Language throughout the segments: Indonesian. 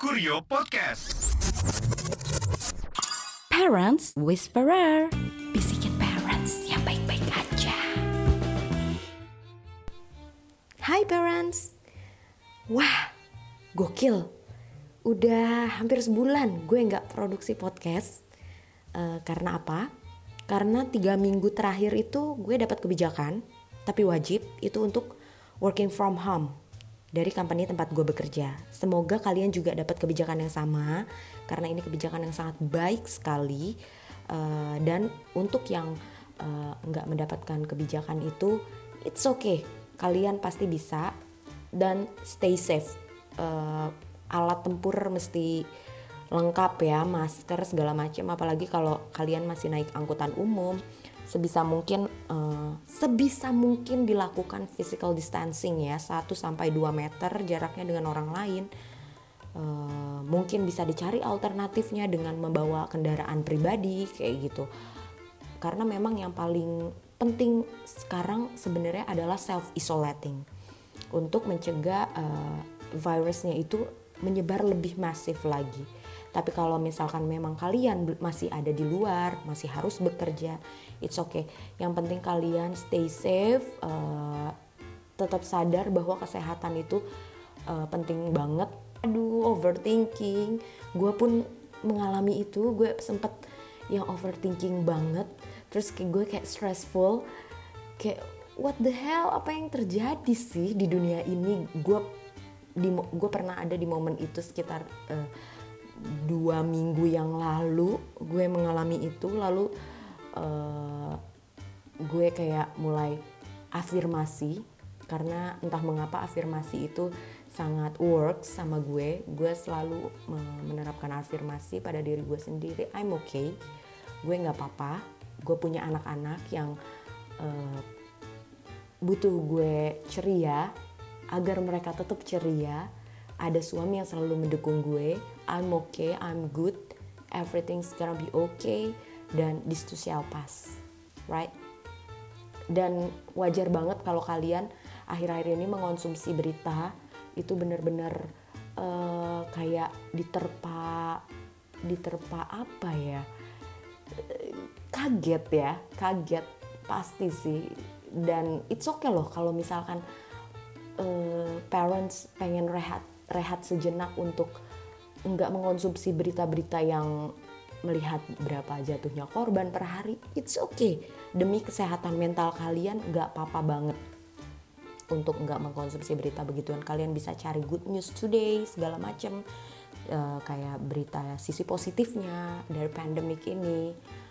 Kurio Podcast. Parents Whisperer, bisikin parents yang baik-baik aja. Hai parents. Wah, gokil. Udah hampir sebulan gue gak produksi podcast. Karena apa? Karena 3 minggu terakhir itu gue dapat kebijakan, tapi wajib itu untuk working from home dari company tempat gue bekerja. Semoga kalian juga dapat kebijakan yang sama, karena ini kebijakan yang sangat baik sekali. Dan untuk yang nggak mendapatkan kebijakan itu, it's okay, kalian pasti bisa. Dan stay safe. Alat tempur mesti lengkap ya, masker segala macam. Apalagi kalau kalian masih naik angkutan umum, sebisa mungkin dilakukan physical distancing ya, 1-2 meter jaraknya dengan orang lain. Mungkin bisa dicari alternatifnya dengan membawa kendaraan pribadi kayak gitu. Karena memang yang paling penting sekarang sebenarnya adalah self isolating untuk mencegah virusnya itu menyebar lebih masif lagi. Tapi kalau misalkan memang kalian masih ada di luar, masih harus bekerja, it's okay. Yang penting kalian stay safe, tetap sadar bahwa kesehatan itu penting banget. Aduh, overthinking. Gue pun mengalami itu, gue sempet yang overthinking banget. Terus gue kayak stressful, kayak what the hell, apa yang terjadi sih di dunia ini? Gue pernah ada di momen itu sekitar 2 minggu yang lalu gue mengalami itu. Lalu gue kayak mulai afirmasi, karena entah mengapa afirmasi itu sangat works sama gue selalu menerapkan afirmasi pada diri gue sendiri. I'm okay, gue gak apa-apa, gue punya anak-anak yang butuh gue ceria. Agar mereka tetap ceria, ada suami yang selalu mendukung gue. I'm okay, I'm good, everything's gonna be okay, dan this too shall pass, right? Dan wajar banget kalau kalian akhir-akhir ini mengonsumsi berita itu benar-benar kayak diterpa apa ya? Kaget pasti sih. Dan it's okay loh kalau misalkan parents pengen rehat sejenak untuk enggak mengonsumsi berita-berita yang melihat berapa jatuhnya korban per hari. It's okay, demi kesehatan mental kalian enggak apa-apa banget untuk enggak mengkonsumsi berita begituan. Kalian bisa cari good news today segala macam, kayak berita sisi positifnya dari pandemik ini.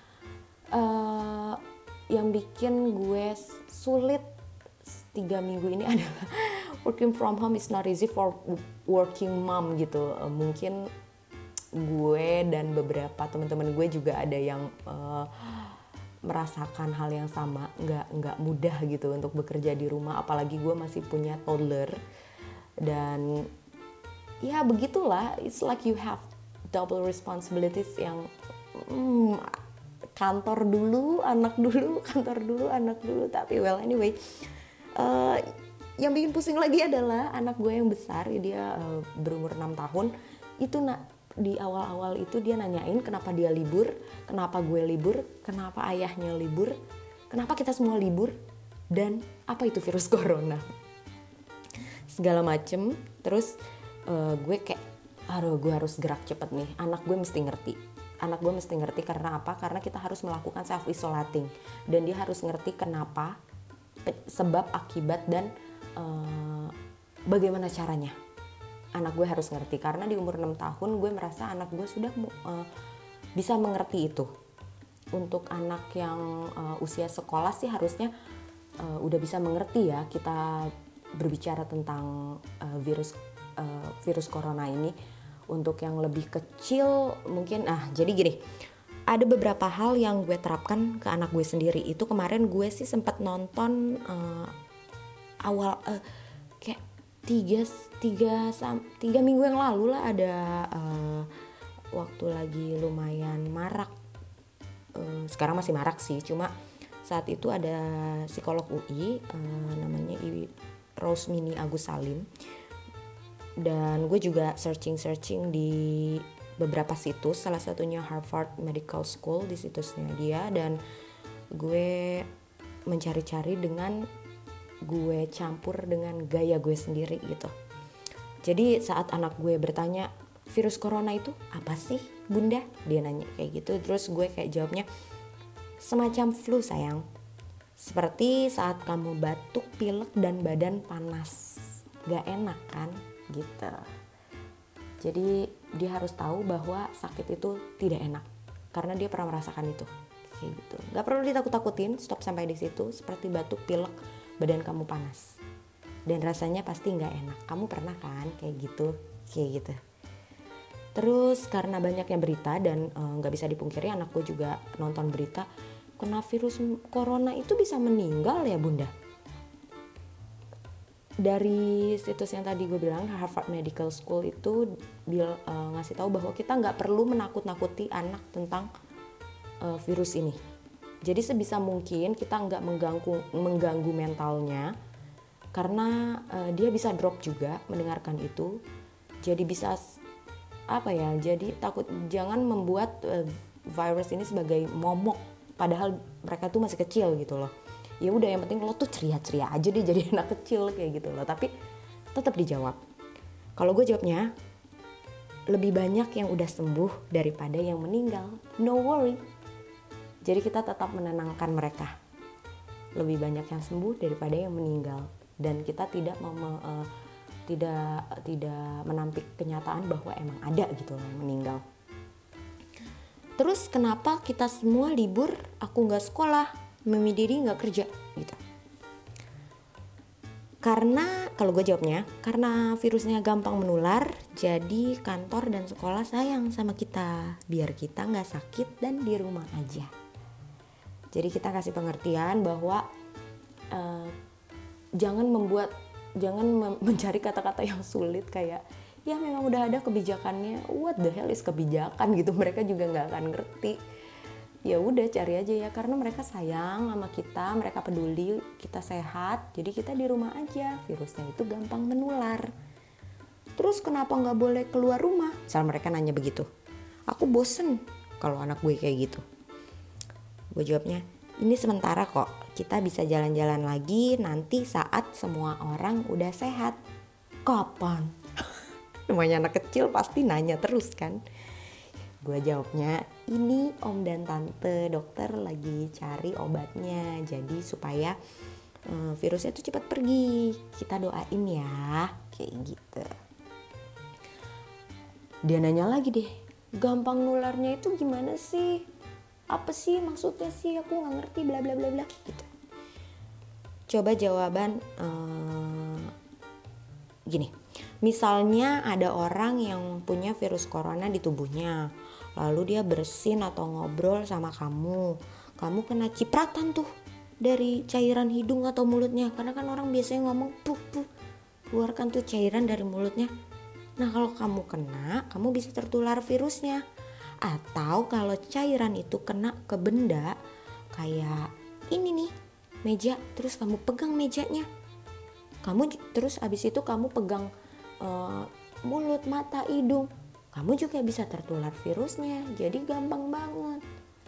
Yang bikin gue sulit 3 minggu ini adalah working from home is not easy for working mom gitu. Mungkin gue dan beberapa teman-teman gue juga ada yang merasakan hal yang sama, nggak mudah gitu untuk bekerja di rumah. Apalagi gue masih punya toddler, dan ya begitulah, it's like you have double responsibilities yang kantor dulu, anak dulu, kantor dulu, anak dulu. Tapi well anyway, yang bikin pusing lagi adalah anak gue yang besar, dia berumur 6 tahun. Itu di awal-awal itu dia nanyain kenapa dia libur, kenapa gue libur, kenapa ayahnya libur, kenapa kita semua libur, dan apa itu virus corona, segala macem. Terus gue kayak, aduh, gue harus gerak cepet nih. Anak gue mesti ngerti karena apa? Karena kita harus melakukan self isolating, dan dia harus ngerti kenapa, sebab akibat, dan bagaimana caranya. Anak gue harus ngerti, karena di umur 6 tahun gue merasa anak gue sudah bisa mengerti itu. Untuk anak yang usia sekolah sih harusnya udah bisa mengerti ya, kita berbicara tentang virus corona ini. Untuk yang lebih kecil mungkin, jadi gini, ada beberapa hal yang gue terapkan ke anak gue sendiri. Itu kemarin gue sih sempat nonton kayak 3 minggu yang lalu lah, ada waktu lagi lumayan marak, sekarang masih marak sih, cuma saat itu ada psikolog UI namanya Rosmini Agus Salim. Dan gue juga searching di beberapa situs, salah satunya Harvard Medical School, di situsnya dia. Dan gue mencari-cari dengan gue campur dengan gaya gue sendiri gitu. Jadi saat anak gue bertanya, virus corona itu apa sih bunda? Dia nanya kayak gitu. Terus gue kayak jawabnya, semacam flu sayang. Seperti saat kamu batuk, pilek, dan badan panas. Gak enak kan? Gitu. Jadi dia harus tahu bahwa sakit itu tidak enak. Karena dia pernah merasakan itu. Kayak gitu. Gak perlu ditakut-takutin, stop sampai di situ. Seperti batuk, pilek, badan kamu panas. Dan rasanya pasti gak enak. Kamu pernah kan kayak gitu? Kayak gitu. Terus karena banyaknya berita dan gak bisa dipungkiri anak gue juga nonton berita, kena virus corona itu bisa meninggal ya bunda. Dari situs yang tadi gue bilang, Harvard Medical School itu ngasih tahu bahwa kita gak perlu menakut-nakuti anak tentang virus ini. Jadi sebisa mungkin kita gak mengganggu mentalnya, karena dia bisa drop juga mendengarkan itu. Jadi bisa jadi takut, jangan membuat virus ini sebagai momok, padahal mereka tuh masih kecil gitu loh. Ya udah, yang penting lo tuh ceria-ceria aja deh jadi anak kecil kayak gitu loh. Tapi tetap dijawab. Kalau gue jawabnya, lebih banyak yang udah sembuh daripada yang meninggal. No worry. Jadi kita tetap menenangkan mereka. Lebih banyak yang sembuh daripada yang meninggal. Dan kita tidak menampik kenyataan bahwa emang ada gitu loh yang meninggal. Terus kenapa kita semua libur, aku gak sekolah, Mami Didi gak kerja gitu? Karena kalau gue jawabnya, karena virusnya gampang menular, jadi kantor dan sekolah sayang sama kita, biar kita gak sakit dan di rumah aja. Jadi kita kasih pengertian bahwa jangan mencari kata-kata yang sulit kayak, ya memang udah ada kebijakannya, what the hell is kebijakan gitu, mereka juga nggak akan ngerti. Ya udah, cari aja ya, karena mereka sayang sama kita, mereka peduli kita sehat, jadi kita di rumah aja, virusnya itu gampang menular. Terus kenapa nggak boleh keluar rumah? Misal mereka nanya begitu, aku bosen kalau anak gue kayak gitu. Gue jawabnya, ini sementara kok, kita bisa jalan-jalan lagi nanti saat semua orang udah sehat. Kapan? Namanya anak kecil pasti nanya terus kan. Gue jawabnya, ini om dan tante dokter lagi cari obatnya, jadi supaya virusnya tuh cepat pergi. Kita doain ya, kayak gitu. Dia nanya lagi deh, gampang nularnya itu gimana sih? Apa sih maksudnya sih, aku gak ngerti bla bla bla bla gitu. Coba jawaban gini, misalnya ada orang yang punya virus corona di tubuhnya, lalu dia bersin atau ngobrol sama kamu kena cipratan tuh dari cairan hidung atau mulutnya, karena kan orang biasanya ngomong puh puh, keluarkan tuh cairan dari mulutnya. Nah kalau kamu kena, kamu bisa tertular virusnya. Atau kalau cairan itu kena ke benda kayak ini nih, meja, terus kamu pegang mejanya, terus abis itu kamu pegang mulut, mata, hidung, kamu juga bisa tertular virusnya. Jadi gampang banget.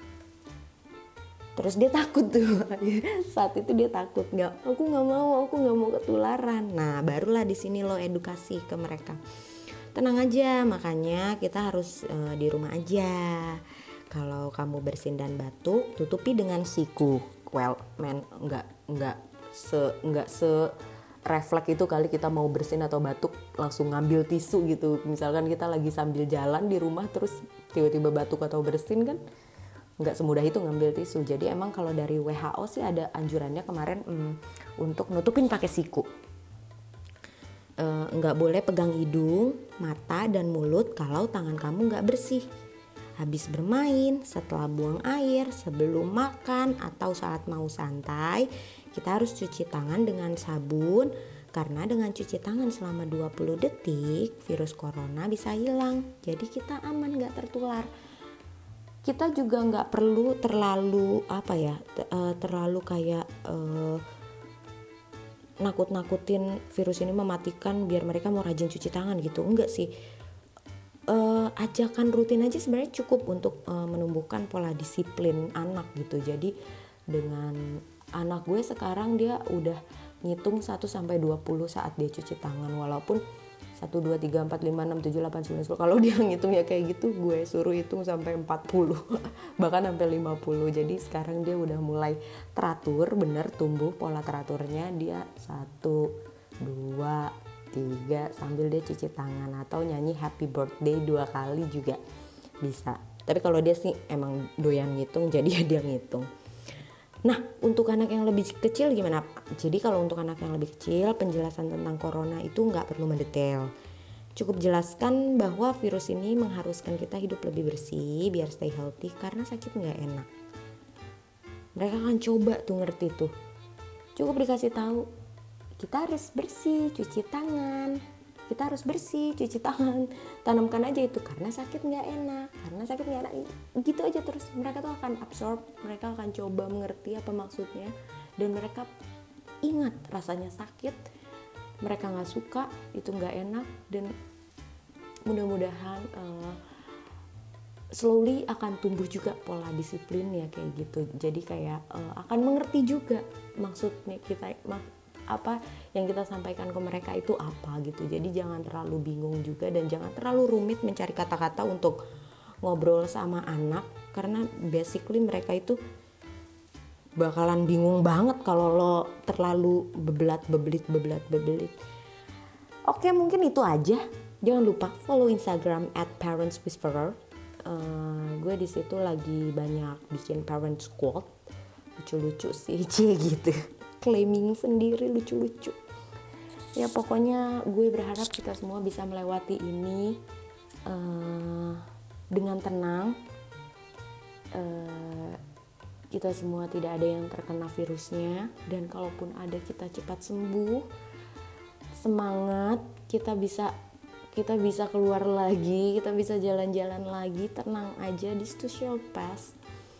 Terus dia takut tuh. Saat itu dia takut, aku nggak mau ketularan. Nah barulah di sini lo edukasi ke mereka, tenang aja, makanya kita harus di rumah aja. Kalau kamu bersin dan batuk, tutupi dengan siku. Well, nggak se refleks itu kali kita mau bersin atau batuk langsung ngambil tisu gitu. Misalkan kita lagi sambil jalan di rumah terus tiba-tiba batuk atau bersin kan, nggak semudah itu ngambil tisu. Jadi emang kalau dari WHO sih ada anjurannya kemarin untuk nutupin pakai siku. Nggak boleh pegang hidung, mata, dan mulut kalau tangan kamu nggak bersih. Habis bermain, setelah buang air, sebelum makan, atau saat mau santai, kita harus cuci tangan dengan sabun, karena dengan cuci tangan selama 20 detik, virus corona bisa hilang. Jadi kita aman, nggak tertular. Kita juga nggak perlu terlalu nakut-nakutin virus ini mematikan biar mereka mau rajin cuci tangan gitu, enggak sih. Ajakan rutin aja sebenarnya cukup untuk menumbuhkan pola disiplin anak gitu. Jadi dengan anak gue sekarang dia udah ngitung 1-20 saat dia cuci tangan, walaupun 1, 2, 3, 4, 5, 6, 7, 8, 9, 10. Kalau dia ngitungnya kayak gitu, gue suruh hitung sampai 40 bahkan sampai 50. Jadi sekarang dia udah mulai teratur, bener tumbuh pola teraturnya. Dia 1, 2, 3 sambil dia cuci tangan, atau nyanyi happy birthday 2 kali juga bisa. Tapi kalau dia sih emang doyan ngitung, jadi ya dia ngitung. Nah, untuk anak yang lebih kecil gimana? Jadi kalau untuk anak yang lebih kecil, penjelasan tentang corona itu nggak perlu mendetail. Cukup jelaskan bahwa virus ini mengharuskan kita hidup lebih bersih biar stay healthy, karena sakit nggak enak. Mereka akan coba tuh ngerti tuh. Cukup dikasih tahu, kita harus bersih, cuci tangan. Kita harus bersih, cuci tangan. Tanamkan aja itu, karena sakit nggak enak, karena sakit nggak enak. Gitu aja terus. Mereka tuh akan absorb, mereka akan coba mengerti apa maksudnya. Dan mereka ingat rasanya sakit, mereka nggak suka, itu nggak enak. Dan mudah-mudahan slowly akan tumbuh juga pola disiplinnya kayak gitu. Jadi kayak akan mengerti juga maksudnya kita, apa yang kita sampaikan ke mereka itu apa gitu. Jadi jangan terlalu bingung juga, dan jangan terlalu rumit mencari kata-kata untuk ngobrol sama anak, karena basically mereka itu bakalan bingung banget kalau lo terlalu bebelit. Oke, mungkin itu aja. Jangan lupa follow Instagram @parentswhisperer. Gue di situ lagi banyak bikin parent quote, lucu-lucu sih, gitu. Claiming sendiri lucu-lucu. Ya pokoknya gue berharap kita semua bisa melewati ini dengan tenang. Kita semua tidak ada yang terkena virusnya, dan kalaupun ada kita cepat sembuh. Semangat, kita bisa keluar lagi, kita bisa jalan-jalan lagi, tenang aja, this too shall pass.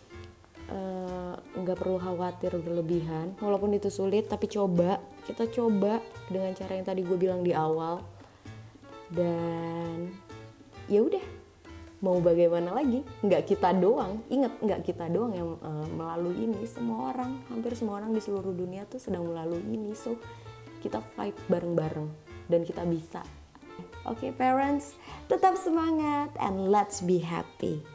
Nggak perlu khawatir berlebihan, walaupun itu sulit, tapi kita coba dengan cara yang tadi gue bilang di awal. Dan ya udah, mau bagaimana lagi, nggak kita doang, ingat, nggak kita doang yang melalui ini, hampir semua orang di seluruh dunia tuh sedang melalui ini. So kita fight bareng-bareng dan kita bisa. Oke, parents, tetap semangat and let's be happy.